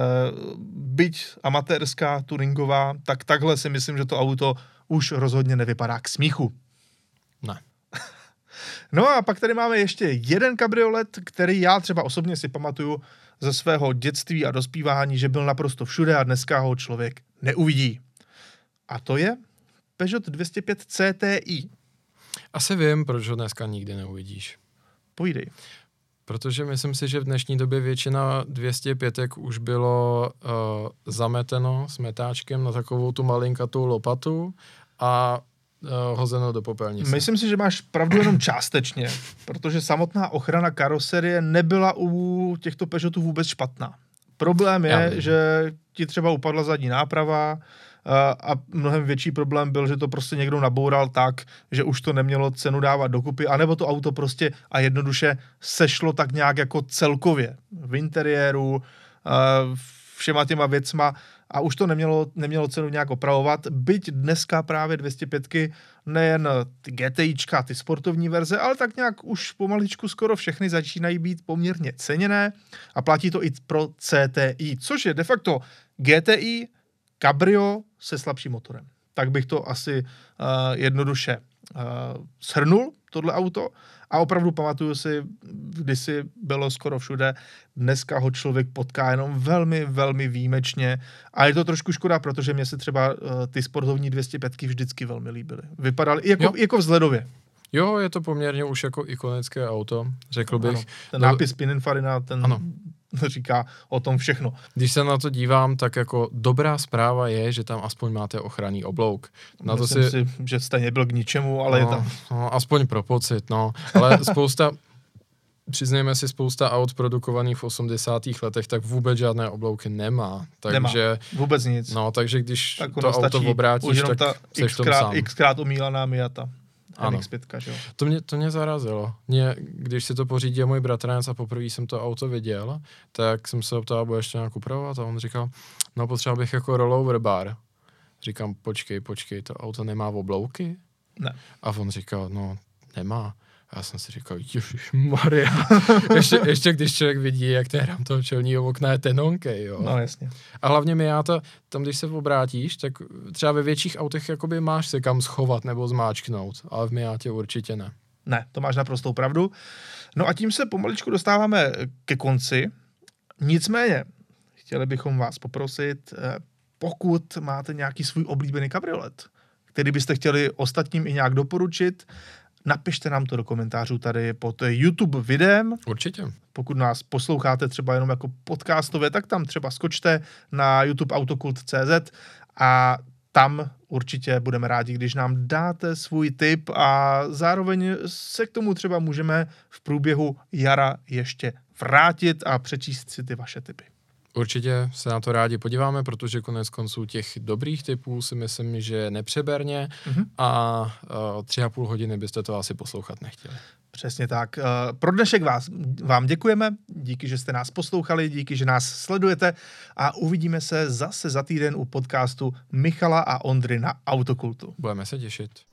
byť amatérská, tuningová, tak takhle si myslím, že to auto už rozhodně nevypadá k smíchu. Ne. No a pak tady máme ještě jeden kabriolet, který já třeba osobně si pamatuju ze svého dětství a dospívání, že byl naprosto všude a dneska ho člověk neuvidí. A to je Peugeot 205 CTI. Asi vím, proč ho dneska nikdy neuvidíš. Povídej. Protože myslím si, že v dnešní době většina 205 už bylo zameteno smetáčkem na takovou tu malinkatou lopatu a hozeno do popelnice. Myslím si, že máš pravdu jenom částečně, protože samotná ochrana karoserie nebyla u těchto Peugeotů vůbec špatná. Problém je, že ti třeba upadla zadní náprava a mnohem větší problém byl, že to prostě někdo naboural tak, že už to nemělo cenu dávat dokupy, anebo to auto prostě a jednoduše sešlo tak nějak jako celkově v interiéru, všema těma věcma a už to nemělo cenu nějak opravovat, byť dneska právě 205 nejen ty GTIčka, ty sportovní verze, ale tak nějak už pomaličku skoro všechny začínají být poměrně ceněné a platí to i pro CTI, což je de facto GTI Cabrio se slabším motorem. Tak bych to asi jednoduše shrnul, tohle auto. A opravdu pamatuju si, kdysi bylo skoro všude, dneska ho člověk potká jenom velmi, velmi výjimečně. A je to trošku škoda, protože mě se třeba ty sportovní 205 vždycky velmi líbily. Vypadaly jako vzhledově. Jo, je to poměrně už jako ikonické auto, řekl bych. Ano, ten nápis Pininfarina, ten říká o tom všechno. Když se na to dívám, tak jako dobrá zpráva je, že tam aspoň máte ochranný oblouk. Myslím si, že stejně byl k ničemu, ale je tam. No, aspoň pro pocit, no. Ale přiznejme si, spousta aut produkovaných v 80. letech, tak vůbec žádné oblouky nemá. Takže, nemá, vůbec nic. No, takže když tak to auto obrátíš, tak seš tom sám. Xkrát omílaná Miata. Ano. NX5, že jo? To mě zarazilo. Když si to pořídil můj bratranec a poprvé jsem to auto viděl, tak jsem se optal, bude ještě nějak upravovat a on říkal, no potřeba bych jako rollover bar. Říkám, počkej, to auto nemá oblouky? Ne. A on říkal, no nemá. A já jsem si říkal, ježišmarja. ještě když člověk vidí, jak ten rám toho čelního okna je tenonkej, jo. No jasně. A hlavně Miata, tam když se obrátíš, tak třeba ve větších autech jakoby máš se kam schovat nebo zmáčknout, ale v Miatě určitě ne. Ne, to máš naprostou pravdu. No a tím se pomaličku dostáváme ke konci. Nicméně, chtěli bychom vás poprosit, pokud máte nějaký svůj oblíbený kabriolet, který byste chtěli ostatním i nějak doporučit, napište nám to do komentářů tady pod YouTube videem. Určitě. Pokud nás posloucháte třeba jenom jako podcastové, tak tam třeba skočte na YouTube Autokult.cz a tam určitě budeme rádi, když nám dáte svůj tip a zároveň se k tomu třeba můžeme v průběhu jara ještě vrátit a přečíst si ty vaše tipy. Určitě se na to rádi podíváme, protože konec konců těch dobrých tipů si myslím, že nepřeberně a 3,5 hodiny byste to asi poslouchat nechtěli. Přesně tak. Pro dnešek vám děkujeme, díky, že jste nás poslouchali, díky, že nás sledujete a uvidíme se zase za týden u podcastu Michala a Ondry na Autokultu. Budeme se těšit.